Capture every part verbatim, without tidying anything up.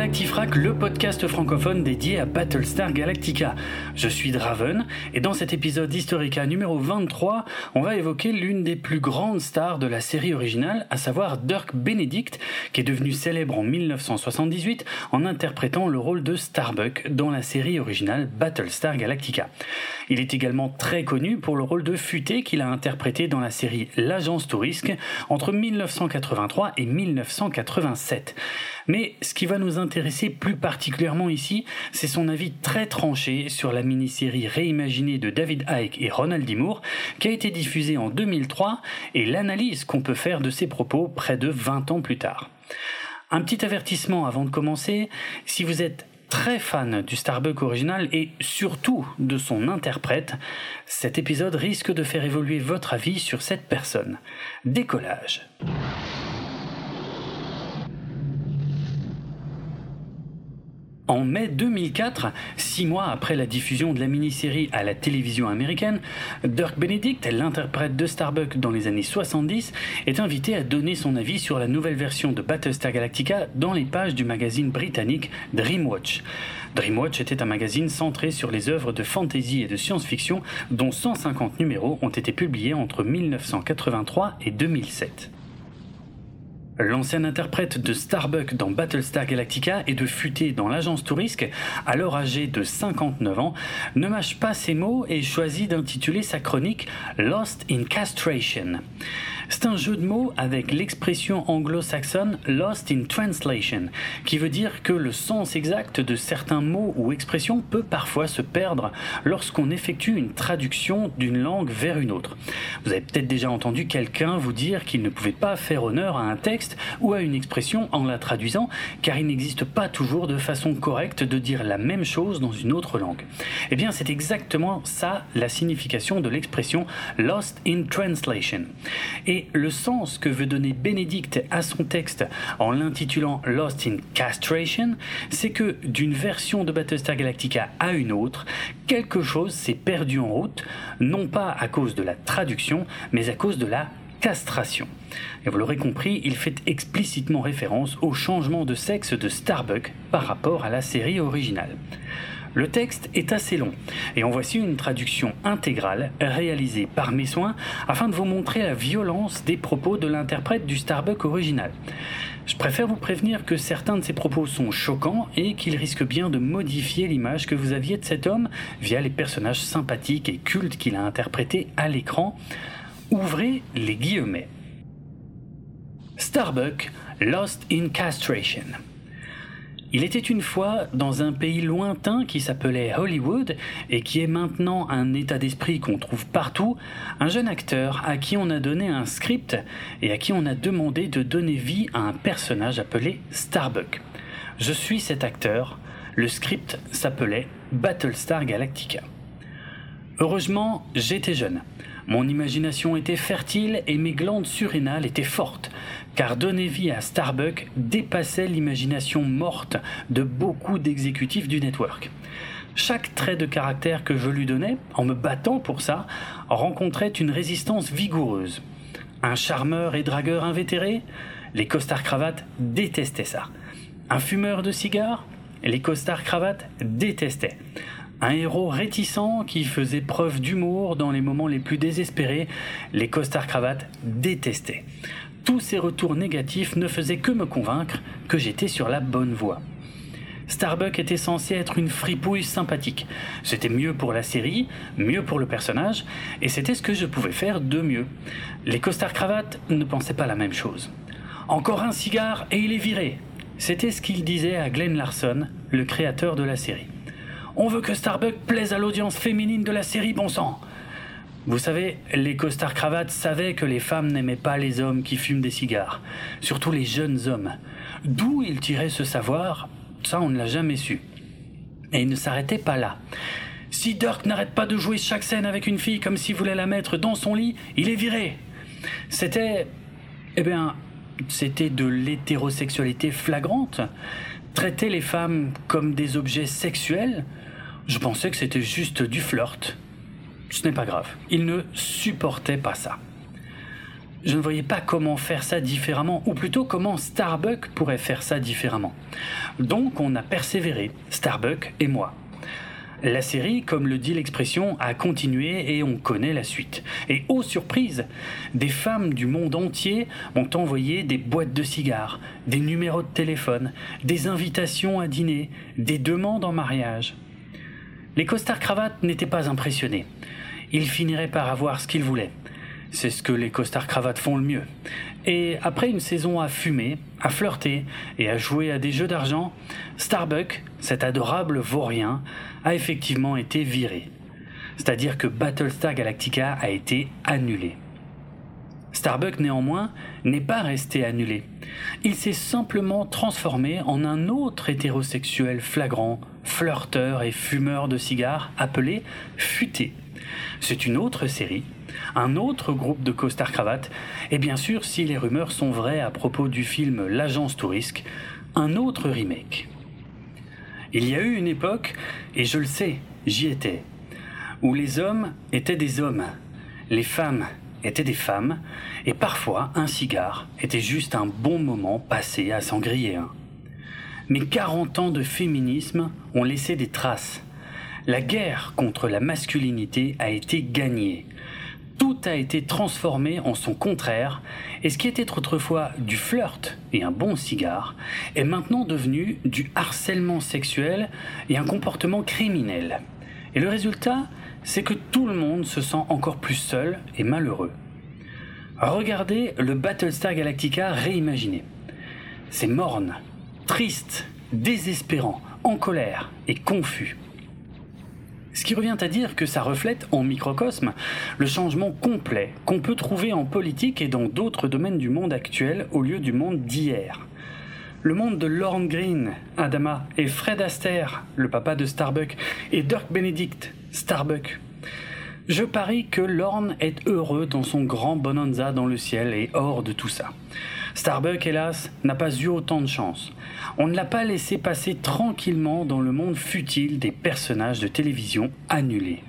ActiveRack, le podcast francophone dédié à Battlestar Galactica. Je suis Draven et dans cet épisode Historica numéro vingt-trois, on va évoquer l'une des plus grandes stars de la série originale, à savoir Dirk Benedict, qui est devenu célèbre en dix-neuf cent soixante-dix-huit en interprétant le rôle de Starbuck dans la série originale Battlestar Galactica. Il est également très connu pour le rôle de Futé qu'il a interprété dans la série L'Agence Tourisque entre dix-neuf cent quatre-vingt-trois et dix-neuf cent quatre-vingt-sept. Mais ce qui va nous intéresser plus particulièrement ici, c'est son avis très tranché sur la mini-série réimaginée de David Icke et Ronald D. Moore, qui a été diffusée en deux mille trois, et l'analyse qu'on peut faire de ses propos près de vingt ans plus tard. Un petit avertissement avant de commencer, si vous êtes très fan du Starbuck original et surtout de son interprète, cet épisode risque de faire évoluer votre avis sur cette personne. Décollage. En mai deux mille quatre, six mois après la diffusion de la mini-série à la télévision américaine, Dirk Benedict, l'interprète de Starbuck dans les années soixante-dix, est invité à donner son avis sur la nouvelle version de Battlestar Galactica dans les pages du magazine britannique Dreamwatch. Dreamwatch était un magazine centré sur les œuvres de fantasy et de science-fiction dont cent cinquante numéros ont été publiés entre dix-neuf cent quatre-vingt-trois et deux mille sept. L'ancien interprète de Starbuck dans Battlestar Galactica et de Futé dans l'Agence Tourisque, alors âgé de cinquante-neuf ans, ne mâche pas ses mots et choisit d'intituler sa chronique « Lost in Castration ». C'est un jeu de mots avec l'expression anglo-saxonne « Lost in Translation », qui veut dire que le sens exact de certains mots ou expressions peut parfois se perdre lorsqu'on effectue une traduction d'une langue vers une autre. Vous avez peut-être déjà entendu quelqu'un vous dire qu'il ne pouvait pas faire honneur à un texte ou à une expression en la traduisant, car il n'existe pas toujours de façon correcte de dire la même chose dans une autre langue. Eh bien, c'est exactement ça la signification de l'expression « Lost in Translation ». Et le sens que veut donner Benedict à son texte en l'intitulant « Lost in Castration », c'est que d'une version de Battlestar Galactica à une autre, quelque chose s'est perdu en route, non pas à cause de la traduction, mais à cause de la castration. Et vous l'aurez compris, il fait explicitement référence au changement de sexe de Starbuck par rapport à la série originale. Le texte est assez long, et en voici une traduction intégrale réalisée par mes soins afin de vous montrer la violence des propos de l'interprète du Starbuck original. Je préfère vous prévenir que certains de ces propos sont choquants et qu'ils risquent bien de modifier l'image que vous aviez de cet homme via les personnages sympathiques et cultes qu'il a interprétés à l'écran. Ouvrez les guillemets. Starbuck, Lost in Castration. Il était une fois dans un pays lointain qui s'appelait Hollywood et qui est maintenant un état d'esprit qu'on trouve partout, un jeune acteur à qui on a donné un script et à qui on a demandé de donner vie à un personnage appelé Starbuck. Je suis cet acteur, le script s'appelait Battlestar Galactica. Heureusement, j'étais jeune. Mon imagination était fertile et mes glandes surrénales étaient fortes, car donner vie à Starbuck dépassait l'imagination morte de beaucoup d'exécutifs du network. Chaque trait de caractère que je lui donnais, en me battant pour ça, rencontrait une résistance vigoureuse. Un charmeur et dragueur invétéré, les costards-cravates détestaient ça. Un fumeur de cigares, les costards-cravates détestaient. Un héros réticent qui faisait preuve d'humour dans les moments les plus désespérés, les costards-cravates détestaient. Tous ces retours négatifs ne faisaient que me convaincre que j'étais sur la bonne voie. Starbuck était censé être une fripouille sympathique. C'était mieux pour la série, mieux pour le personnage, et c'était ce que je pouvais faire de mieux. Les costards-cravates ne pensaient pas la même chose. Encore un cigare et il est viré. C'était ce qu'il disait à Glenn Larson, le créateur de la série. On veut que Starbuck plaise à l'audience féminine de la série, bon sang. Vous savez, les costards-cravates savaient que les femmes n'aimaient pas les hommes qui fument des cigares, surtout les jeunes hommes. D'où ils tiraient ce savoir, ça on ne l'a jamais su. Et ils ne s'arrêtaient pas là. Si Dirk n'arrête pas de jouer chaque scène avec une fille comme s'il voulait la mettre dans son lit, il est viré. C'était... Eh bien, c'était de l'hétérosexualité flagrante. Traiter les femmes comme des objets sexuels, je pensais que c'était juste du flirt. Ce n'est pas grave, il ne supportait pas ça. Je ne voyais pas comment faire ça différemment, ou plutôt comment Starbuck pourrait faire ça différemment. Donc on a persévéré, Starbuck et moi. La série, comme le dit l'expression, a continué et on connaît la suite. Et ô surprise, des femmes du monde entier ont envoyé des boîtes de cigares, des numéros de téléphone, des invitations à dîner, des demandes en mariage. Les costards cravates n'étaient pas impressionnés. Ils finiraient par avoir ce qu'ils voulaient. C'est ce que les costards cravates font le mieux. Et après une saison à fumer, à flirter et à jouer à des jeux d'argent, Starbuck, cet adorable vaurien, a effectivement été viré. C'est-à-dire que Battlestar Galactica a été annulé. Starbuck, néanmoins, n'est pas resté annulé. Il s'est simplement transformé en un autre hétérosexuel flagrant, flirteur et fumeur de cigares appelé Futé. C'est une autre série, un autre groupe de costards cravates, et bien sûr, si les rumeurs sont vraies à propos du film L'Agence Tourisque, un autre remake. Il y a eu une époque, et je le sais, j'y étais, où les hommes étaient des hommes, les femmes étaient des femmes, et parfois un cigare était juste un bon moment passé à s'en griller un. Mais quarante ans de féminisme ont laissé des traces. La guerre contre la masculinité a été gagnée. Tout a été transformé en son contraire, et ce qui était autrefois du flirt et un bon cigare est maintenant devenu du harcèlement sexuel et un comportement criminel. Et le résultat, c'est que tout le monde se sent encore plus seul et malheureux. Regardez le Battlestar Galactica réimaginé. C'est morne, triste, désespérant, en colère et confus. Ce qui revient à dire que ça reflète en microcosme le changement complet qu'on peut trouver en politique et dans d'autres domaines du monde actuel au lieu du monde d'hier. Le monde de Lorne Greene, Adama, et Fred Astaire, le papa de Starbuck, et Dirk Benedict, Starbuck. Je parie que Lorne est heureux dans son grand bonanza dans le ciel et hors de tout ça. Starbuck, hélas, n'a pas eu autant de chance. On ne l'a pas laissé passer tranquillement dans le monde futile des personnages de télévision annulés.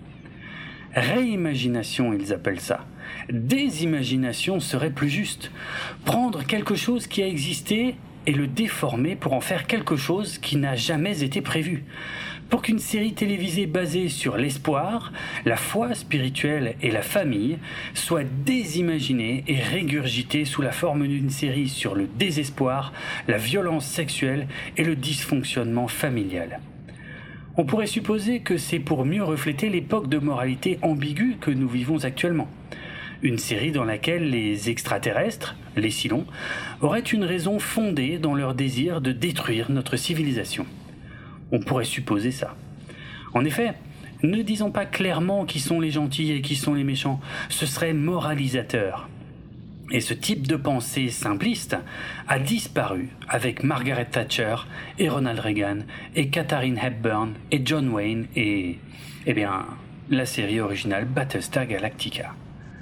Réimagination, ils appellent ça. Désimagination serait plus juste. Prendre quelque chose qui a existé et le déformer pour en faire quelque chose qui n'a jamais été prévu. Pour qu'une série télévisée basée sur l'espoir, la foi spirituelle et la famille soit désimaginée et régurgitée sous la forme d'une série sur le désespoir, la violence sexuelle et le dysfonctionnement familial. On pourrait supposer que c'est pour mieux refléter l'époque de moralité ambiguë que nous vivons actuellement. Une série dans laquelle les extraterrestres, les Cylons, auraient une raison fondée dans leur désir de détruire notre civilisation. On pourrait supposer ça. En effet, ne disons pas clairement qui sont les gentils et qui sont les méchants, ce serait moralisateur. Et ce type de pensée simpliste a disparu avec Margaret Thatcher et Ronald Reagan et Katharine Hepburn et John Wayne et, eh bien, la série originale Battlestar Galactica.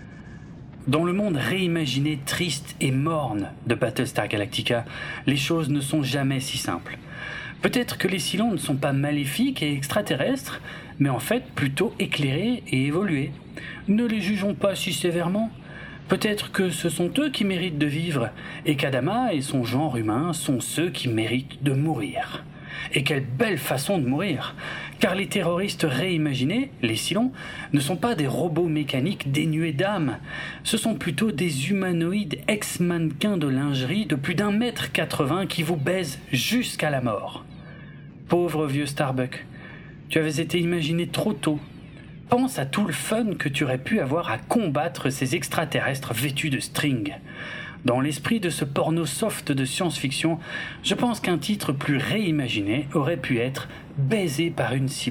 Dans le monde réimaginé, triste et morne de Battlestar Galactica, les choses ne sont jamais si simples. Peut-être que les Cylons ne sont pas maléfiques et extraterrestres, mais en fait plutôt éclairés et évolués. Ne les jugeons pas si sévèrement. Peut-être que ce sont eux qui méritent de vivre, et qu'Adama et son genre humain sont ceux qui méritent de mourir. Et quelle belle façon de mourir! Car les terroristes réimaginés, les Cylons, ne sont pas des robots mécaniques dénués d'âme. Ce sont plutôt des humanoïdes ex-mannequins de lingerie de plus d'un mètre quatre-vingts qui vous baisent jusqu'à la mort. Pauvre vieux Starbuck, tu avais été imaginé trop tôt. Pense à tout le fun que tu aurais pu avoir à combattre ces extraterrestres vêtus de string. Dans l'esprit de ce porno soft de science-fiction, je pense qu'un titre plus réimaginé aurait pu être « Baisé par une Cylon ».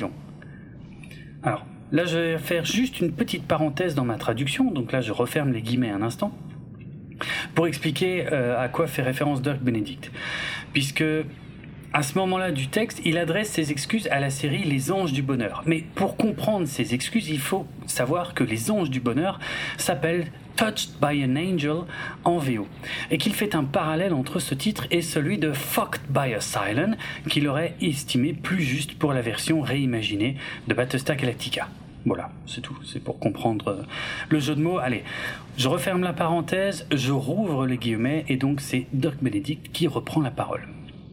Alors, là je vais faire juste une petite parenthèse dans ma traduction, donc là je referme les guillemets un instant, pour expliquer euh, à quoi fait référence Dirk Benedict. Puisque, à ce moment-là du texte, il adresse ses excuses à la série Les Anges du Bonheur. Mais pour comprendre ces excuses, il faut savoir que Les Anges du Bonheur s'appellent Touched by an Angel en V O, et qu'il fait un parallèle entre ce titre et celui de Fucked by a Siren, qu'il aurait estimé plus juste pour la version réimaginée de Battlestar Galactica. Voilà, c'est tout, c'est pour comprendre le jeu de mots. Allez, je referme la parenthèse, je rouvre les guillemets, et donc c'est Dirk Benedict qui reprend la parole.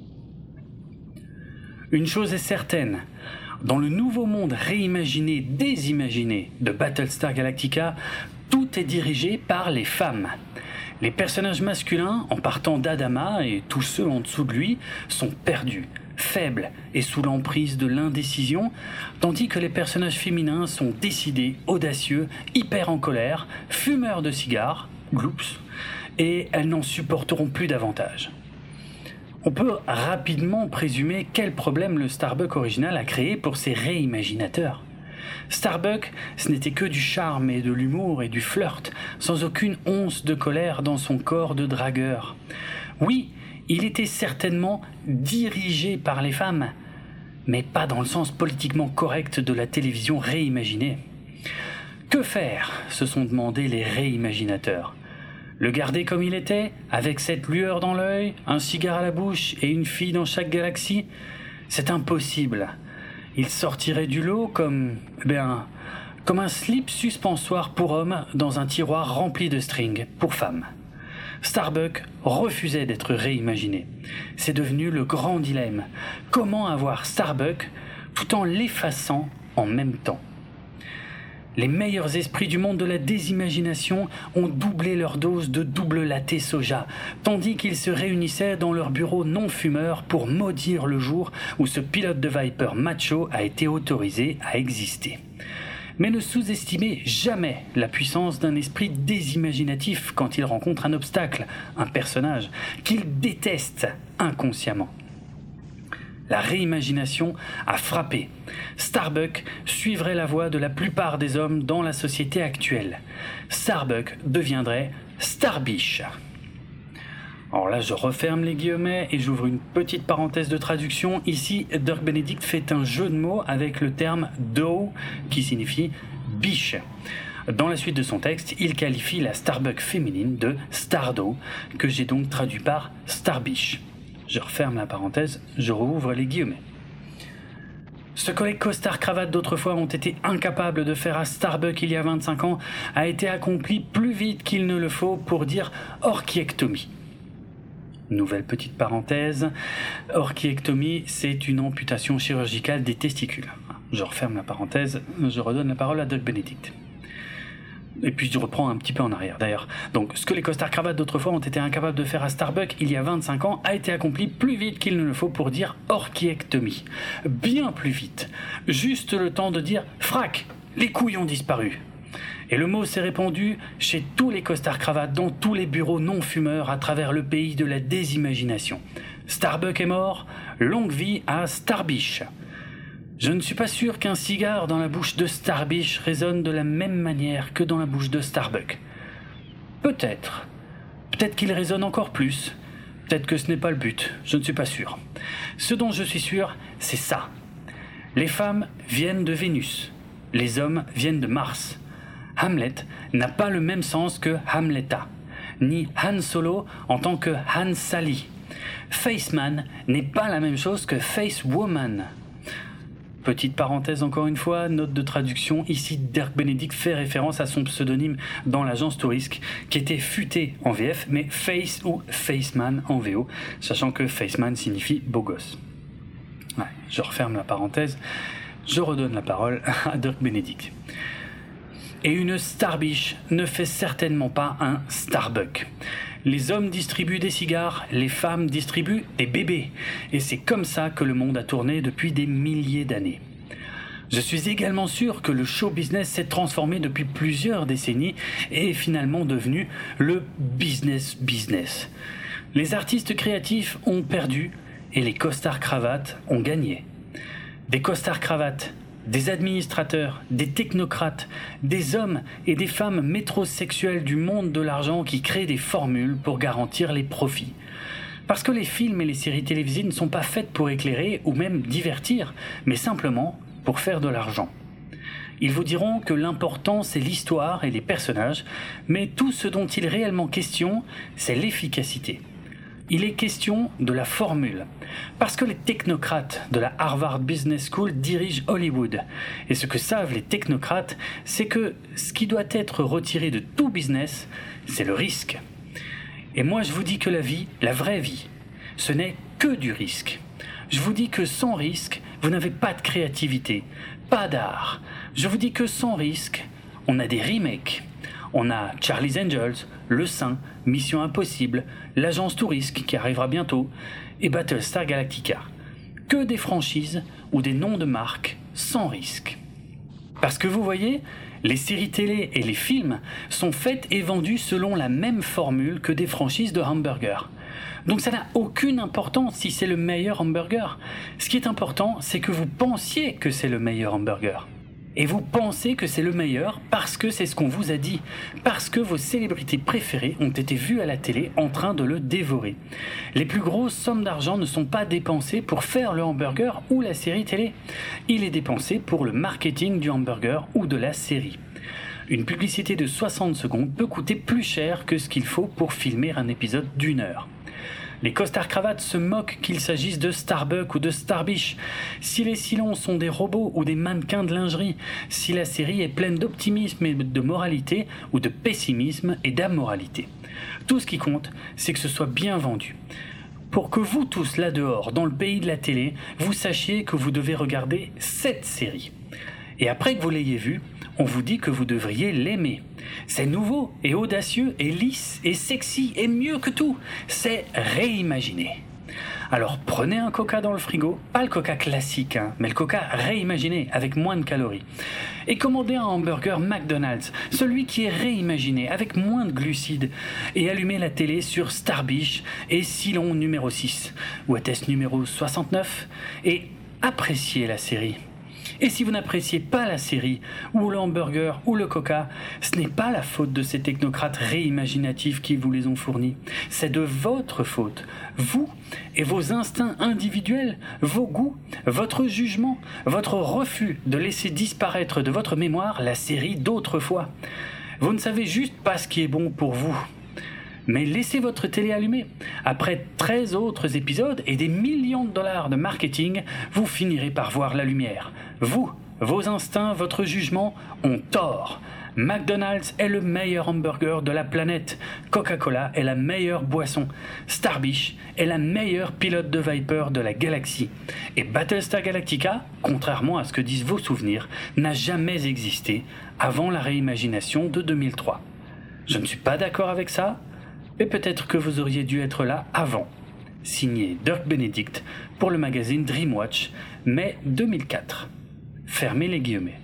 Une chose est certaine, dans le nouveau monde réimaginé, désimaginé de Battlestar Galactica, tout est dirigé par les femmes. Les personnages masculins, en partant d'Adama et tous ceux en dessous de lui, sont perdus, faibles et sous l'emprise de l'indécision, tandis que les personnages féminins sont décidés, audacieux, hyper en colère, fumeurs de cigares, gloops, et elles n'en supporteront plus davantage. On peut rapidement présumer quel problème le Starbuck original a créé pour ses réimaginateurs. Starbuck, ce n'était que du charme et de l'humour et du flirt, sans aucune once de colère dans son corps de dragueur. Oui, il était certainement dirigé par les femmes, mais pas dans le sens politiquement correct de la télévision réimaginée. Que faire, se sont demandé les réimaginateurs. Le garder comme il était, avec cette lueur dans l'œil, un cigare à la bouche et une fille dans chaque galaxie? C'est impossible. Il sortirait du lot comme, eh bien, comme un slip suspensoire pour homme dans un tiroir rempli de strings pour femmes. Starbuck refusait d'être réimaginé. C'est devenu le grand dilemme. Comment avoir Starbuck tout en l'effaçant en même temps? Les meilleurs esprits du monde de la désimagination ont doublé leur dose de double latte soja, tandis qu'ils se réunissaient dans leur bureau non-fumeur pour maudire le jour où ce pilote de Viper macho a été autorisé à exister. Mais ne sous-estimez jamais la puissance d'un esprit désimaginatif quand il rencontre un obstacle, un personnage, qu'il déteste inconsciemment. La réimagination a frappé. Starbuck suivrait la voie de la plupart des hommes dans la société actuelle. Starbuck deviendrait Starbish. Alors là, je referme les guillemets et j'ouvre une petite parenthèse de traduction. Ici, Dirk Benedict fait un jeu de mots avec le terme doe, qui signifie biche. Dans la suite de son texte, il qualifie la Starbuck féminine de Stardo, que j'ai donc traduit par Starbish. Je referme la parenthèse, je rouvre les guillemets. Ce que les costards-cravates d'autrefois ont été incapables de faire à Starbuck il y a vingt-cinq ans a été accompli plus vite qu'il ne le faut pour dire orchiectomie. Nouvelle petite parenthèse, orchiectomie, c'est une amputation chirurgicale des testicules. Je referme la parenthèse, je redonne la parole à Dirk Benedict. Et puis je reprends un petit peu en arrière d'ailleurs. Donc ce que les costards-cravates d'autrefois ont été incapables de faire à Starbuck il y a vingt-cinq ans a été accompli plus vite qu'il ne le faut pour dire orchiectomie. Bien plus vite. Juste le temps de dire frac, les couilles ont disparu. Et le mot s'est répandu chez tous les costards-cravates dans tous les bureaux non-fumeurs à travers le pays de la désimagination. Starbuck est mort, longue vie à Starbish. Je ne suis pas sûr qu'un cigare dans la bouche de Starbish résonne de la même manière que dans la bouche de Starbuck. Peut-être. Peut-être qu'il résonne encore plus. Peut-être que ce n'est pas le but. Je ne suis pas sûr. Ce dont je suis sûr, c'est ça. Les femmes viennent de Vénus. Les hommes viennent de Mars. Hamlet n'a pas le même sens que Hamleta, ni Han Solo en tant que Han Sally. Faceman n'est pas la même chose que Facewoman. Petite parenthèse encore une fois, note de traduction, ici Dirk Benedict fait référence à son pseudonyme dans l'agence Tourisque, qui était futé en V F, mais Face ou Faceman en V O, sachant que Faceman signifie beau gosse. Ouais, je referme la parenthèse, je redonne la parole à Dirk Benedict. Et une Starbish ne fait certainement pas un Starbuck. Les hommes distribuent des cigares, les femmes distribuent des bébés. Et c'est comme ça que le monde a tourné depuis des milliers d'années. Je suis également sûr que le show business s'est transformé depuis plusieurs décennies et est finalement devenu le business business. Les artistes créatifs ont perdu et les costards-cravates ont gagné. Des costards-cravates, des administrateurs, des technocrates, des hommes et des femmes métrosexuels du monde de l'argent qui créent des formules pour garantir les profits. Parce que les films et les séries télévisées ne sont pas faites pour éclairer ou même divertir, mais simplement pour faire de l'argent. Ils vous diront que l'important c'est l'histoire et les personnages, mais tout ce dont il est réellement question, c'est l'efficacité. Il est question de la formule. Parce que les technocrates de la Harvard Business School dirigent Hollywood. Et ce que savent les technocrates, c'est que ce qui doit être retiré de tout business, c'est le risque. Et moi je vous dis que la vie, la vraie vie, ce n'est que du risque. Je vous dis que sans risque, vous n'avez pas de créativité, pas d'art. Je vous dis que sans risque, on a des remakes. On a Charlie's Angels, Le Saint, Mission Impossible, l'Agence Tourisque qui arrivera bientôt, et Battlestar Galactica. Que des franchises ou des noms de marques sans risque. Parce que vous voyez, les séries télé et les films sont faits et vendus selon la même formule que des franchises de hamburgers. Donc ça n'a aucune importance si c'est le meilleur hamburger. Ce qui est important, c'est que vous pensiez que c'est le meilleur hamburger. Et vous pensez que c'est le meilleur parce que c'est ce qu'on vous a dit, parce que vos célébrités préférées ont été vues à la télé en train de le dévorer. Les plus grosses sommes d'argent ne sont pas dépensées pour faire le hamburger ou la série télé. Il est dépensé pour le marketing du hamburger ou de la série. Une publicité de soixante secondes peut coûter plus cher que ce qu'il faut pour filmer un épisode d'une heure. Les costards-cravates se moquent qu'il s'agisse de Starbucks ou de Starbish, si les Cylons sont des robots ou des mannequins de lingerie, si la série est pleine d'optimisme et de moralité ou de pessimisme et d'amoralité. Tout ce qui compte, c'est que ce soit bien vendu. Pour que vous tous là dehors, dans le pays de la télé, vous sachiez que vous devez regarder cette série. Et après que vous l'ayez vue, on vous dit que vous devriez l'aimer. C'est nouveau et audacieux et lisse et sexy et mieux que tout. C'est réimaginé. Alors prenez un coca dans le frigo, pas le coca classique, hein, mais le coca réimaginé avec moins de calories. Et commandez un hamburger McDonald's, celui qui est réimaginé avec moins de glucides. Et allumez la télé sur Starbish et Cylon numéro six, ou était-ce numéro soixante-neuf, et appréciez la série. Et si vous n'appréciez pas la série, ou le hamburger, ou le coca, ce n'est pas la faute de ces technocrates réimaginatifs qui vous les ont fournis. C'est de votre faute. Vous et vos instincts individuels, vos goûts, votre jugement, votre refus de laisser disparaître de votre mémoire la série d'autrefois. Vous ne savez juste pas ce qui est bon pour vous. Mais laissez votre télé allumée. Après treize autres épisodes et des millions de dollars de marketing, vous finirez par voir la lumière. Vous, vos instincts, votre jugement ont tort. McDonald's est le meilleur hamburger de la planète. Coca-Cola est la meilleure boisson. Starbish est la meilleure pilote de Viper de la galaxie. Et Battlestar Galactica, contrairement à ce que disent vos souvenirs, n'a jamais existé avant la réimagination de deux mille trois. Je ne suis pas d'accord avec ça, mais peut-être que vous auriez dû être là avant. Signé Dirk Benedict pour le magazine Dreamwatch, mai deux mille quatre. Fermez les guillemets.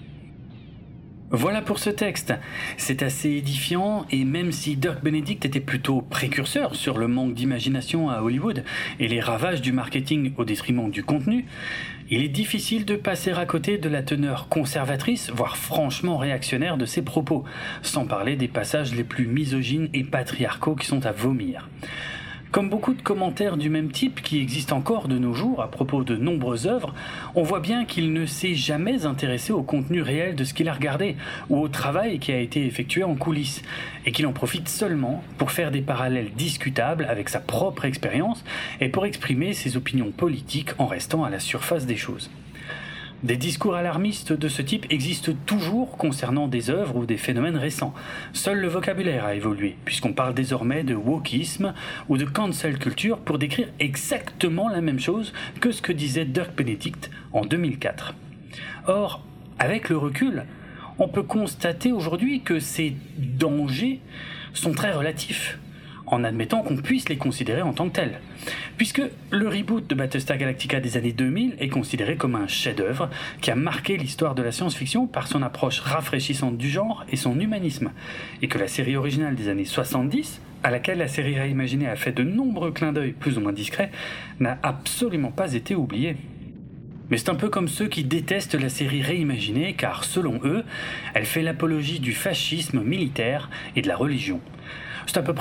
Voilà pour ce texte. C'est assez édifiant et même si Dirk Benedict était plutôt précurseur sur le manque d'imagination à Hollywood et les ravages du marketing au détriment du contenu, il est difficile de passer à côté de la teneur conservatrice, voire franchement réactionnaire de ses propos, sans parler des passages les plus misogynes et patriarcaux qui sont à vomir. Comme beaucoup de commentaires du même type qui existent encore de nos jours à propos de nombreuses œuvres, on voit bien qu'il ne s'est jamais intéressé au contenu réel de ce qu'il a regardé ou au travail qui a été effectué en coulisses, et qu'il en profite seulement pour faire des parallèles discutables avec sa propre expérience et pour exprimer ses opinions politiques en restant à la surface des choses. Des discours alarmistes de ce type existent toujours concernant des œuvres ou des phénomènes récents. Seul le vocabulaire a évolué, puisqu'on parle désormais de wokisme ou de cancel culture pour décrire exactement la même chose que ce que disait Dirk Benedict en deux mille quatre. Or, avec le recul, on peut constater aujourd'hui que ces dangers sont très relatifs, en admettant qu'on puisse les considérer en tant que tels. Puisque le reboot de Battlestar Galactica des années deux mille est considéré comme un chef-d'œuvre qui a marqué l'histoire de la science-fiction par son approche rafraîchissante du genre et son humanisme, et que la série originale des années soixante-dix, à laquelle la série réimaginée a fait de nombreux clins d'œil plus ou moins discrets, n'a absolument pas été oubliée. Mais c'est un peu comme ceux qui détestent la série réimaginée car, selon eux, elle fait l'apologie du fascisme militaire et de la religion. C'est à peu près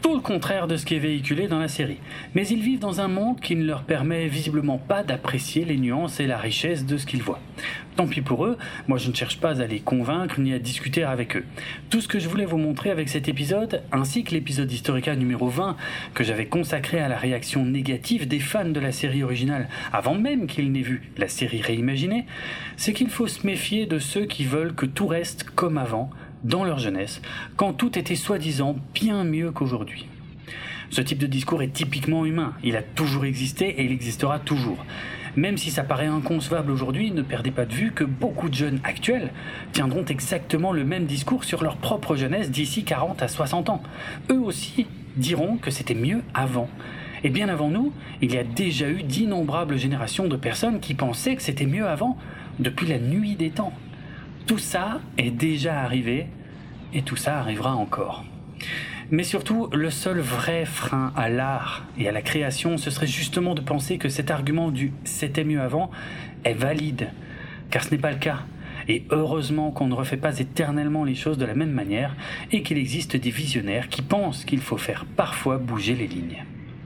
tout le contraire de ce qui est véhiculé dans la série. Mais ils vivent dans un monde qui ne leur permet visiblement pas d'apprécier les nuances et la richesse de ce qu'ils voient. Tant pis pour eux, moi je ne cherche pas à les convaincre ni à discuter avec eux. Tout ce que je voulais vous montrer avec cet épisode, ainsi que l'épisode Historica numéro vingt que j'avais consacré à la réaction négative des fans de la série originale avant même qu'ils n'aient vu la série réimaginée, c'est qu'il faut se méfier de ceux qui veulent que tout reste comme avant, dans leur jeunesse, quand tout était soi-disant bien mieux qu'aujourd'hui. Ce type de discours est typiquement humain, il a toujours existé et il existera toujours. Même si ça paraît inconcevable aujourd'hui, ne perdez pas de vue que beaucoup de jeunes actuels tiendront exactement le même discours sur leur propre jeunesse d'ici quarante à soixante ans. Eux aussi diront que c'était mieux avant. Et bien avant nous, il y a déjà eu d'innombrables générations de personnes qui pensaient que c'était mieux avant, depuis la nuit des temps. Tout ça est déjà arrivé, et tout ça arrivera encore. Mais surtout, le seul vrai frein à l'art et à la création, ce serait justement de penser que cet argument du « c'était mieux avant » est valide, car ce n'est pas le cas. Et heureusement qu'on ne refait pas éternellement les choses de la même manière, et qu'il existe des visionnaires qui pensent qu'il faut faire parfois bouger les lignes.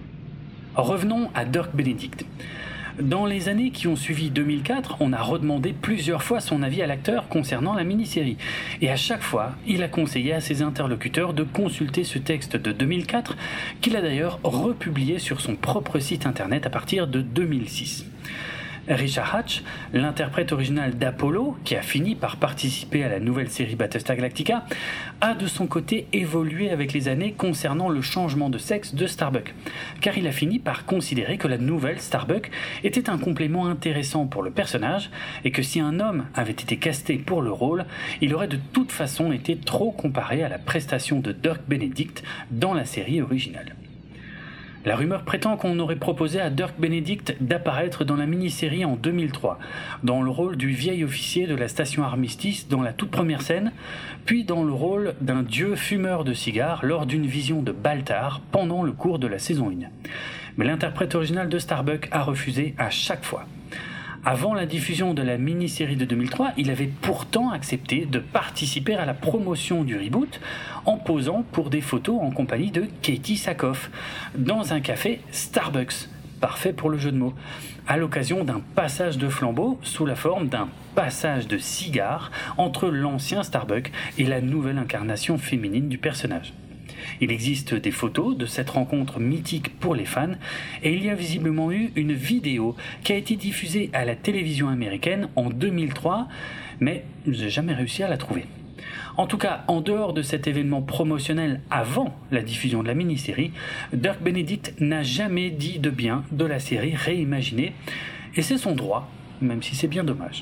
Revenons à Dirk Benedict. Dans les années qui ont suivi deux mille quatre, on a redemandé plusieurs fois son avis à l'acteur concernant la mini-série. Et à chaque fois, il a conseillé à ses interlocuteurs de consulter ce texte de deux mille quatre, qu'il a d'ailleurs republié sur son propre site internet à partir de deux mille six. Richard Hatch, l'interprète original d'Apollo, qui a fini par participer à la nouvelle série Battlestar Galactica, a de son côté évolué avec les années concernant le changement de sexe de Starbuck, car il a fini par considérer que la nouvelle Starbuck était un complément intéressant pour le personnage et que si un homme avait été casté pour le rôle, il aurait de toute façon été trop comparé à la prestation de Dirk Benedict dans la série originale. La rumeur prétend qu'on aurait proposé à Dirk Benedict d'apparaître dans la mini-série en deux mille trois, dans le rôle du vieil officier de la station Armistice dans la toute première scène, puis dans le rôle d'un dieu fumeur de cigares lors d'une vision de Baltar pendant le cours de la saison un. Mais l'interprète original de Starbuck a refusé à chaque fois. Avant la diffusion de la mini-série de deux mille trois, il avait pourtant accepté de participer à la promotion du reboot en posant pour des photos en compagnie de Katie Sackhoff dans un café Starbucks, parfait pour le jeu de mots, à l'occasion d'un passage de flambeau sous la forme d'un passage de cigare entre l'ancien Starbuck et la nouvelle incarnation féminine du personnage. Il existe des photos de cette rencontre mythique pour les fans et il y a visiblement eu une vidéo qui a été diffusée à la télévision américaine en deux mille trois, mais je n'ai jamais réussi à la trouver. En tout cas, en dehors de cet événement promotionnel avant la diffusion de la mini-série, Dirk Benedict n'a jamais dit de bien de la série réimaginée, et c'est son droit, même si c'est bien dommage.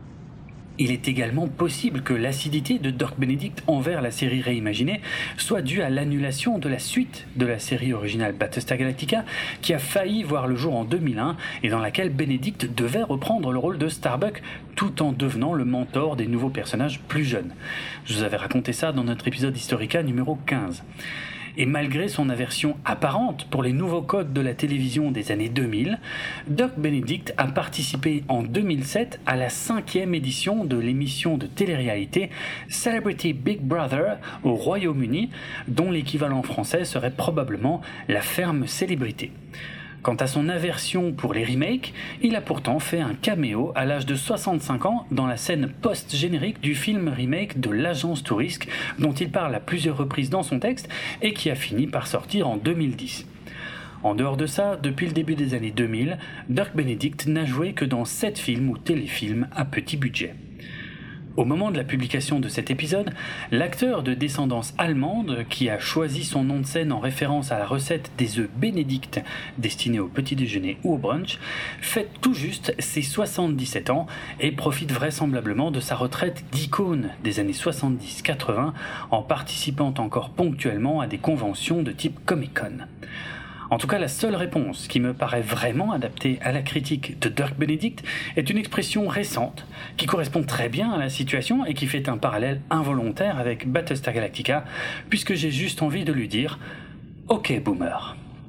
Il est également possible que l'acidité de Dirk Benedict envers la série réimaginée soit due à l'annulation de la suite de la série originale Battlestar Galactica qui a failli voir le jour en deux mille un et dans laquelle Benedict devait reprendre le rôle de Starbuck tout en devenant le mentor des nouveaux personnages plus jeunes. Je vous avais raconté ça dans notre épisode Historica numéro quinze. Et malgré son aversion apparente pour les nouveaux codes de la télévision des années deux mille, Dirk Benedict a participé en deux mille sept à la cinquième édition de l'émission de télé-réalité Celebrity Big Brother au Royaume-Uni, dont l'équivalent français serait probablement La Ferme Célébrité. Quant à son aversion pour les remakes, il a pourtant fait un caméo à l'âge de soixante-cinq ans dans la scène post-générique du film remake de l'Agence Tourisque dont il parle à plusieurs reprises dans son texte et qui a fini par sortir en deux mille dix. En dehors de ça, depuis le début des années deux mille, Dirk Benedict n'a joué que dans sept films ou téléfilms à petit budget. Au moment de la publication de cet épisode, l'acteur de descendance allemande, qui a choisi son nom de scène en référence à la recette des œufs Bénédicte destinés au petit déjeuner ou au brunch, fête tout juste ses soixante-dix-sept ans et profite vraisemblablement de sa retraite d'icône des années soixante-dix quatre-vingts en participant encore ponctuellement à des conventions de type Comic-Con. En tout cas, la seule réponse qui me paraît vraiment adaptée à la critique de Dirk Benedict est une expression récente qui correspond très bien à la situation et qui fait un parallèle involontaire avec Battlestar Galactica, puisque j'ai juste envie de lui dire « Ok, boomer ».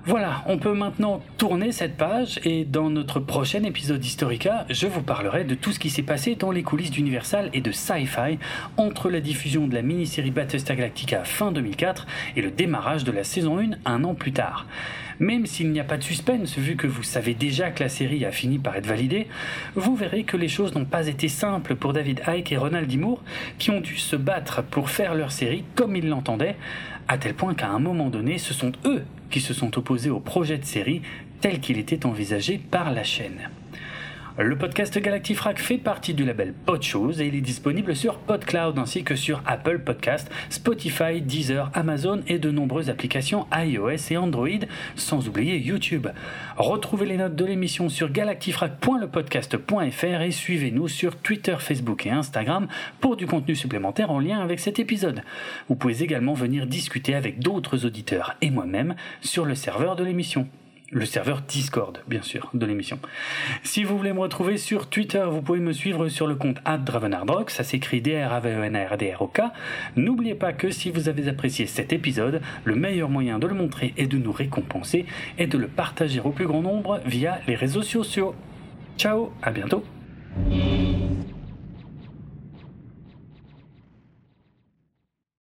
Voilà, on peut maintenant tourner cette page et dans notre prochain épisode Historica, je vous parlerai de tout ce qui s'est passé dans les coulisses d'Universal et de Sci-Fi entre la diffusion de la mini-série Battlestar Galactica fin deux mille quatre et le démarrage de la saison un un an plus tard. Même s'il n'y a pas de suspense, vu que vous savez déjà que la série a fini par être validée, vous verrez que les choses n'ont pas été simples pour David Icke et Ronald D. Moore, qui ont dû se battre pour faire leur série comme ils l'entendaient, à tel point qu'à un moment donné, ce sont eux qui se sont opposés au projet de série tel qu'il était envisagé par la chaîne. Le podcast Galactifrac fait partie du label Podchose et il est disponible sur PodCloud ainsi que sur Apple Podcast, Spotify, Deezer, Amazon et de nombreuses applications iOS et Android, sans oublier YouTube. Retrouvez les notes de l'émission sur galactifrac point le podcast point f r et suivez-nous sur Twitter, Facebook et Instagram pour du contenu supplémentaire en lien avec cet épisode. Vous pouvez également venir discuter avec d'autres auditeurs et moi-même sur le serveur de l'émission. Le serveur Discord, bien sûr, de l'émission. Si vous voulez me retrouver sur Twitter, vous pouvez me suivre sur le compte arobase dravenardrock, ça s'écrit D R A V E N A R D R O K. N'oubliez pas que si vous avez apprécié cet épisode, le meilleur moyen de le montrer et de nous récompenser est de le partager au plus grand nombre via les réseaux sociaux. Ciao, à bientôt.